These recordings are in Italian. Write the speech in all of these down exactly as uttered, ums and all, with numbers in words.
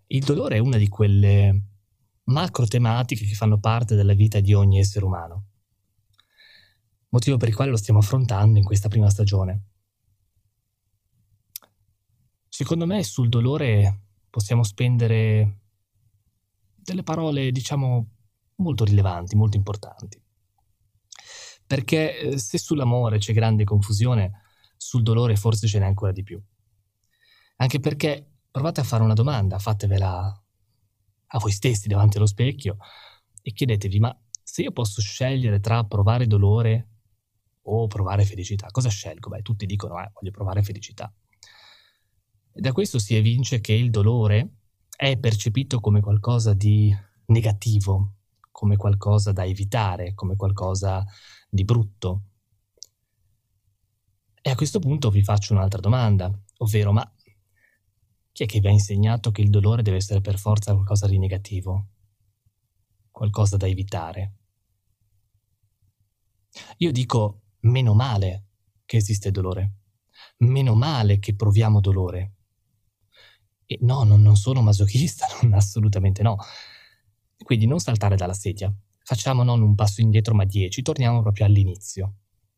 Il dolore è una di quelle macro tematiche che fanno parte della vita di ogni essere umano. Motivo per il quale lo stiamo affrontando in questa prima stagione. Secondo me sul dolore possiamo spendere delle parole, diciamo, molto rilevanti, molto importanti. Perché se sull'amore c'è grande confusione, sul dolore forse ce n'è ancora di più. Anche perché provate a fare una domanda, fatevela a voi stessi davanti allo specchio e chiedetevi: ma se io posso scegliere tra provare dolore o provare felicità, cosa scelgo? Beh, tutti dicono, eh, voglio provare felicità. E da questo si evince che il dolore è percepito come qualcosa di negativo, come qualcosa da evitare, come qualcosa di brutto. E a questo punto vi faccio un'altra domanda, ovvero: ma chi è che vi ha insegnato che il dolore deve essere per forza qualcosa di negativo? Qualcosa da evitare? Io dico, meno male che esiste dolore. Meno male che proviamo dolore. E no, non, non sono masochista, non, assolutamente no. Quindi non saltare dalla sedia. Facciamo non un passo indietro ma dieci, torniamo proprio all'inizio.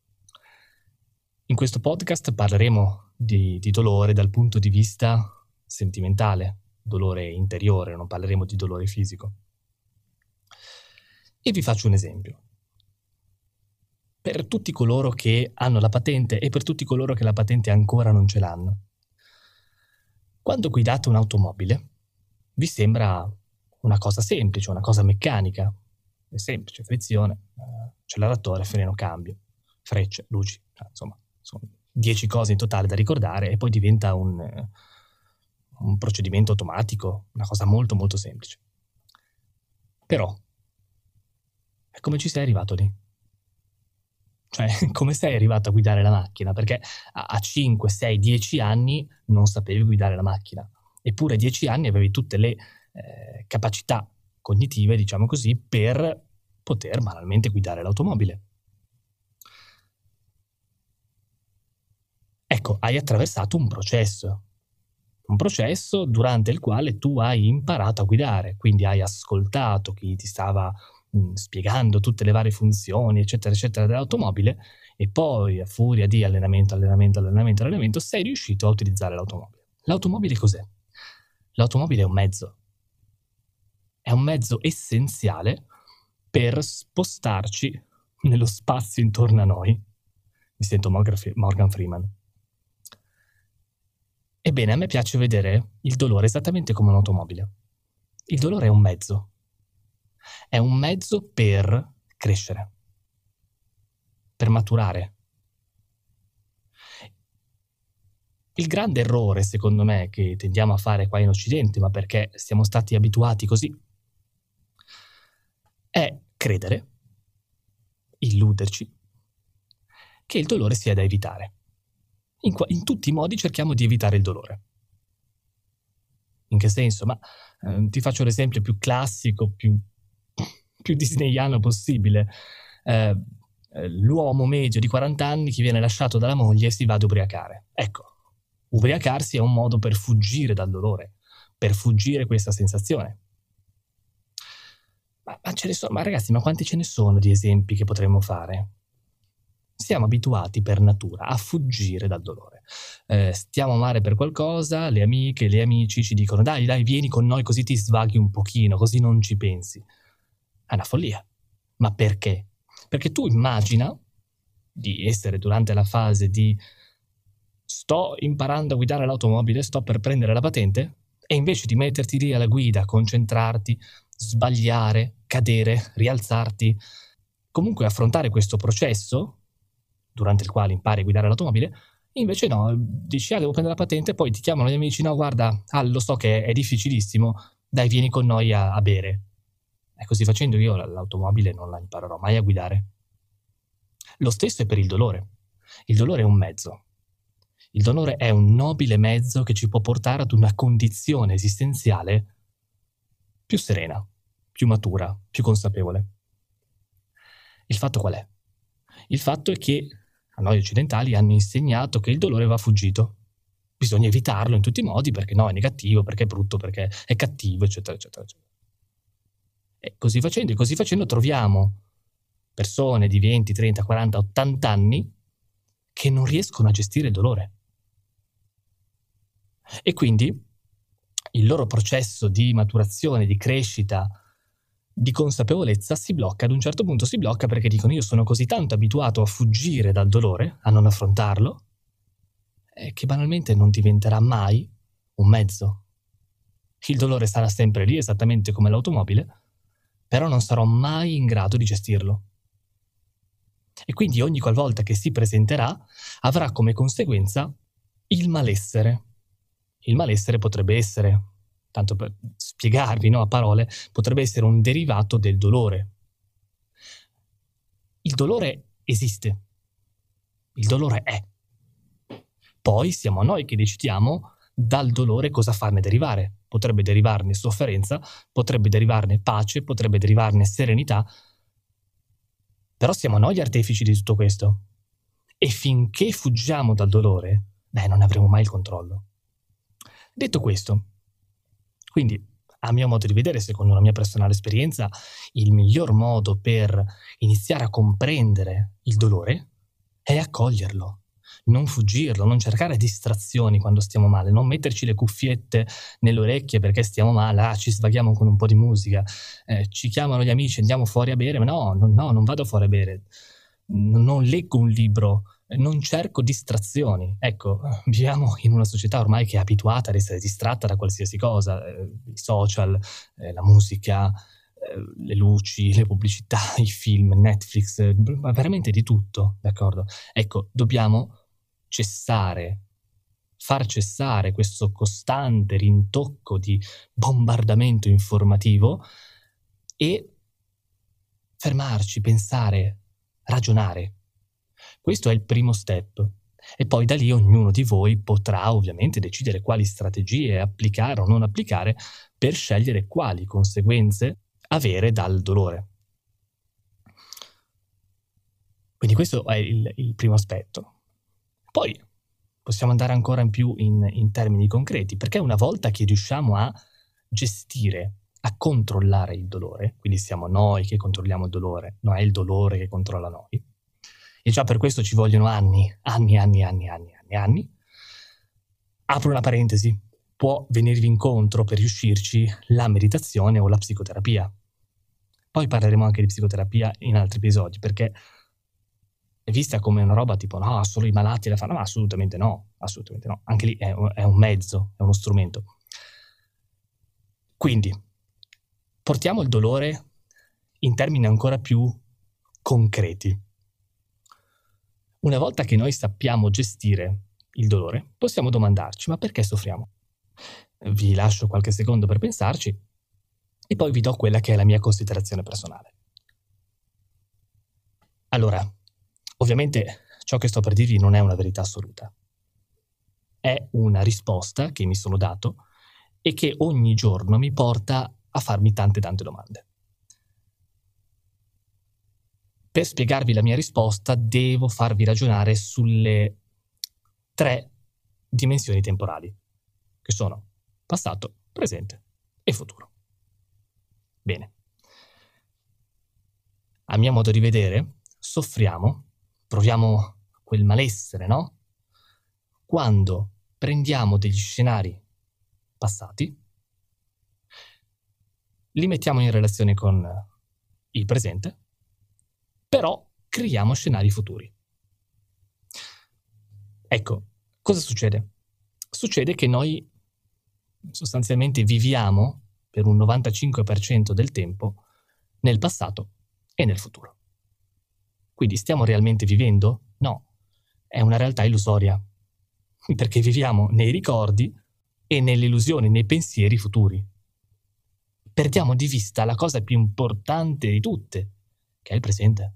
In questo podcast parleremo di, di dolore dal punto di vista sentimentale, dolore interiore, non parleremo di dolore fisico. E vi faccio un esempio. Per tutti coloro che hanno la patente e per tutti coloro che la patente ancora non ce l'hanno. Quando guidate un'automobile, vi sembra una cosa semplice, una cosa meccanica. È semplice, frizione, acceleratore, freno, cambio, frecce, luci, insomma, sono dieci cose in totale da ricordare e poi diventa un, un procedimento automatico, una cosa molto molto semplice. Però, come ci sei arrivato lì? Cioè, come sei arrivato a guidare la macchina? Perché a cinque, sei, dieci anni non sapevi guidare la macchina. Eppure a dieci anni avevi tutte le eh, capacità cognitive, diciamo così, per poter banalmente guidare l'automobile. Ecco, hai attraversato un processo. Un processo durante il quale tu hai imparato a guidare, quindi hai ascoltato chi ti stava mh, spiegando tutte le varie funzioni, eccetera, eccetera, dell'automobile, e poi a furia di allenamento, allenamento, allenamento, allenamento, sei riuscito a utilizzare l'automobile. L'automobile cos'è? L'automobile è un mezzo. È un mezzo essenziale per spostarci nello spazio intorno a noi. Mi sento Morgan Freeman. Ebbene, a me piace vedere il dolore esattamente come un'automobile. Il dolore è un mezzo. È un mezzo per crescere, per maturare. Il grande errore, secondo me, che tendiamo a fare qua in Occidente, ma perché siamo stati abituati così, è credere, illuderci, che il dolore sia da evitare. In, qua- in tutti i modi cerchiamo di evitare il dolore. In che senso? Ma eh, ti faccio l'esempio più classico, più, più disneyano possibile. Eh, l'uomo medio di quaranta anni che viene lasciato dalla moglie e si va ad ubriacare. Ecco, ubriacarsi è un modo per fuggire dal dolore, per fuggire questa sensazione. Ma, ma ce ne sono, ma ragazzi, ma quanti ce ne sono di esempi che potremmo fare? Siamo abituati per natura a fuggire dal dolore. Eh, stiamo male per qualcosa, le amiche, gli amici ci dicono: dai, dai, vieni con noi così ti svaghi un pochino, così non ci pensi. È una follia. Ma perché? Perché tu immagina di essere durante la fase di sto imparando a guidare l'automobile, sto per prendere la patente, e invece di metterti lì alla guida, concentrarti, sbagliare, cadere, rialzarti, comunque affrontare questo processo durante il quale impari a guidare l'automobile, invece no, dici: ah, devo prendere la patente, poi ti chiamano gli amici: no, guarda, ah, lo so che è difficilissimo, dai, vieni con noi a, a bere. E così facendo io l'automobile non la imparerò mai a guidare. Lo stesso è per il dolore. Il dolore è un mezzo. Il dolore è un nobile mezzo che ci può portare ad una condizione esistenziale più serena, più matura, più consapevole. Il fatto qual è? Il fatto è che a noi occidentali hanno insegnato che il dolore va fuggito. bisogna evitarlo in tutti i modi perché no, è negativo, perché è brutto, perché è cattivo, eccetera, eccetera, eccetera. E così facendo, e così facendo troviamo persone di venti, trenta, quaranta, ottanta anni che non riescono a gestire il dolore. E quindi il loro processo di maturazione, di crescita, di consapevolezza si blocca, ad un certo punto si blocca perché dicono io sono così tanto abituato a fuggire dal dolore, a non affrontarlo, eh, che banalmente non diventerà mai un mezzo. Il dolore sarà sempre lì, esattamente come l'automobile, però non sarò mai in grado di gestirlo. E quindi ogni qualvolta che si presenterà avrà come conseguenza il malessere. Il malessere potrebbe essere, tanto per spiegarvi, no, a parole, potrebbe essere un derivato del dolore. Il dolore esiste. Il dolore è. Poi siamo noi che decidiamo dal dolore cosa farne derivare. Potrebbe derivarne sofferenza, potrebbe derivarne pace, potrebbe derivarne serenità, però siamo noi gli artefici di tutto questo. E finché fuggiamo dal dolore, beh, non avremo mai il controllo. Detto questo, quindi, a mio modo di vedere, secondo la mia personale esperienza, il miglior modo per iniziare a comprendere il dolore è accoglierlo, non fuggirlo, non cercare distrazioni quando stiamo male, non metterci le cuffiette nelle orecchie perché stiamo male, ah, ci svaghiamo con un po' di musica, eh, ci chiamano gli amici, andiamo fuori a bere, ma no, no, no, non vado fuori a bere, non leggo un libro, non cerco distrazioni. Ecco, viviamo in una società ormai che è abituata ad essere distratta da qualsiasi cosa, eh, i social, eh, la musica, eh, le luci, le pubblicità, i film, Netflix, eh, ma veramente di tutto, d'accordo? Ecco, dobbiamo cessare, far cessare questo costante rintocco di bombardamento informativo e fermarci, pensare, ragionare. Questo è il primo step. E poi da lì ognuno di voi potrà ovviamente decidere quali strategie applicare o non applicare per scegliere quali conseguenze avere dal dolore. Quindi questo è il, il primo aspetto. Poi possiamo andare ancora in più in, in termini concreti, perché una volta che riusciamo a gestire, a controllare il dolore, quindi siamo noi che controlliamo il dolore, non è il dolore che controlla noi, e già per questo ci vogliono anni, anni, anni, anni, anni, anni, anni. Apro una parentesi, può venirvi incontro per riuscirci la meditazione o la psicoterapia. Poi parleremo anche di psicoterapia in altri episodi, perché è vista come una roba tipo no, solo i malati la fanno, ma assolutamente no, assolutamente no. Anche lì è un, è un mezzo, è uno strumento. Quindi, portiamo il dolore in termini ancora più concreti. Una volta che noi sappiamo gestire il dolore, possiamo domandarci, ma perché soffriamo? Vi lascio qualche secondo per pensarci e poi vi do quella che è la mia considerazione personale. Allora, ovviamente ciò che sto per dirvi non è una verità assoluta. È una risposta che mi sono dato e che ogni giorno mi porta a farmi tante tante domande. Per spiegarvi la mia risposta devo farvi ragionare sulle tre dimensioni temporali, che sono passato, presente e futuro. Bene. A mio modo di vedere, soffriamo, proviamo quel malessere, no? Quando prendiamo degli scenari passati, li mettiamo in relazione con il presente, però creiamo scenari futuri. Ecco, cosa succede? Succede che noi sostanzialmente viviamo per un novantacinque per cento del tempo nel passato e nel futuro. Quindi stiamo realmente vivendo? No, è una realtà illusoria, perché viviamo nei ricordi e nelle illusioni, nei pensieri futuri. Perdiamo di vista la cosa più importante di tutte, che è il presente.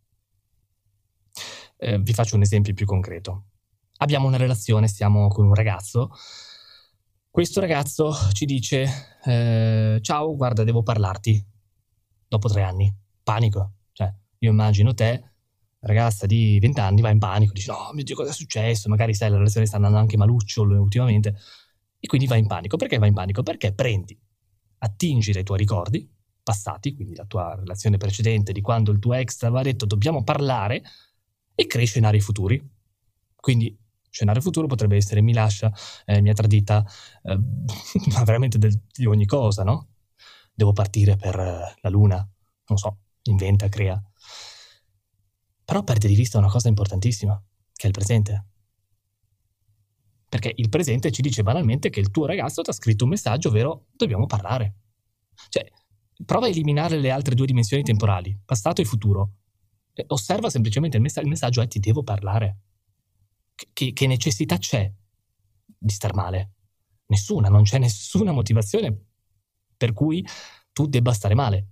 Eh, vi faccio un esempio più concreto. Abbiamo una relazione, stiamo con un ragazzo. Questo ragazzo ci dice eh, ciao, guarda, devo parlarti. Dopo tre anni. Panico. Cioè, io immagino te, ragazza di venti anni va in panico, dice no, mio Dio, cosa è successo? Magari sai, la relazione sta andando anche maluccio ultimamente, e quindi va in panico. Perché va in panico? Perché prendi, attingi dai tuoi ricordi passati, quindi la tua relazione precedente, di quando il tuo ex aveva detto dobbiamo parlare, e crei scenari futuri. Quindi scenario futuro potrebbe essere mi lascia, eh, mi ha tradita, eh, ma veramente del, di ogni cosa, no? Devo partire per eh, la luna, non so, inventa, crea. Però perde di vista una cosa importantissima, che è il presente. Perché il presente ci dice banalmente che il tuo ragazzo ti ha scritto un messaggio, ovvero dobbiamo parlare. Cioè, prova a eliminare le altre due dimensioni temporali, passato e futuro. E osserva semplicemente il, messa- il messaggio è ti devo parlare. Che, che necessità c'è di star male? Nessuna, non c'è nessuna motivazione per cui tu debba stare male.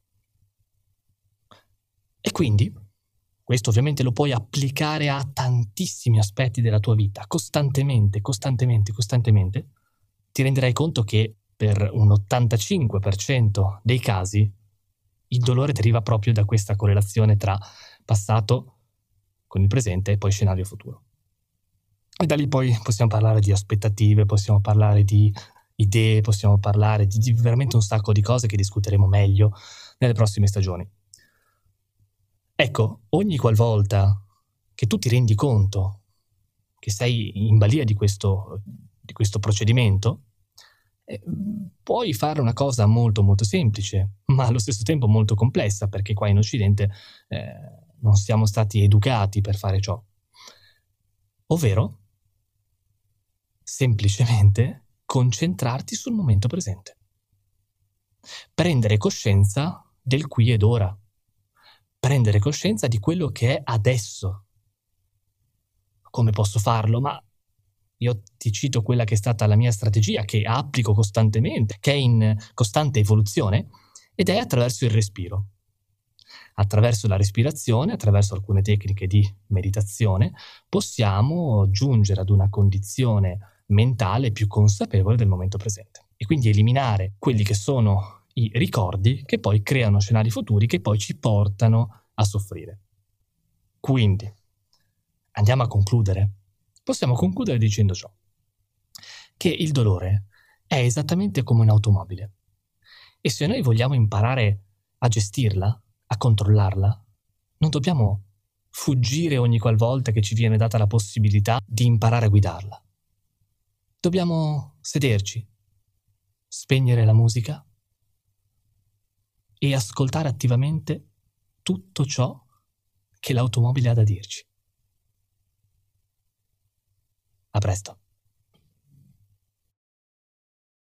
E quindi, questo ovviamente lo puoi applicare a tantissimi aspetti della tua vita, costantemente, costantemente, costantemente, ti renderai conto che per un ottantacinque per cento dei casi il dolore deriva proprio da questa correlazione tra passato con il presente e poi scenario futuro. E da lì poi possiamo parlare di aspettative, possiamo parlare di idee, possiamo parlare di, di veramente un sacco di cose che discuteremo meglio nelle prossime stagioni. Ecco, ogni qualvolta che tu ti rendi conto che sei in balia di questo, di questo procedimento, eh, puoi fare una cosa molto molto semplice, ma allo stesso tempo molto complessa, perché qua in Occidente eh, non siamo stati educati per fare ciò. Ovvero, semplicemente concentrarti sul momento presente. Prendere coscienza del qui ed ora. Prendere coscienza di quello che è adesso. Come posso farlo? Ma io ti cito quella che è stata la mia strategia, che applico costantemente, che è in costante evoluzione, ed è attraverso il respiro. Attraverso la respirazione, attraverso alcune tecniche di meditazione, possiamo giungere ad una condizione mentale più consapevole del momento presente. E quindi eliminare quelli che sono i ricordi che poi creano scenari futuri che poi ci portano a soffrire. Quindi, andiamo a concludere. Possiamo concludere dicendo ciò, che il dolore è esattamente come un'automobile. E se noi vogliamo imparare a gestirla, a controllarla, non dobbiamo fuggire ogni qualvolta che ci viene data la possibilità di imparare a guidarla. Dobbiamo sederci, spegnere la musica e ascoltare attivamente tutto ciò che l'automobile ha da dirci. A presto.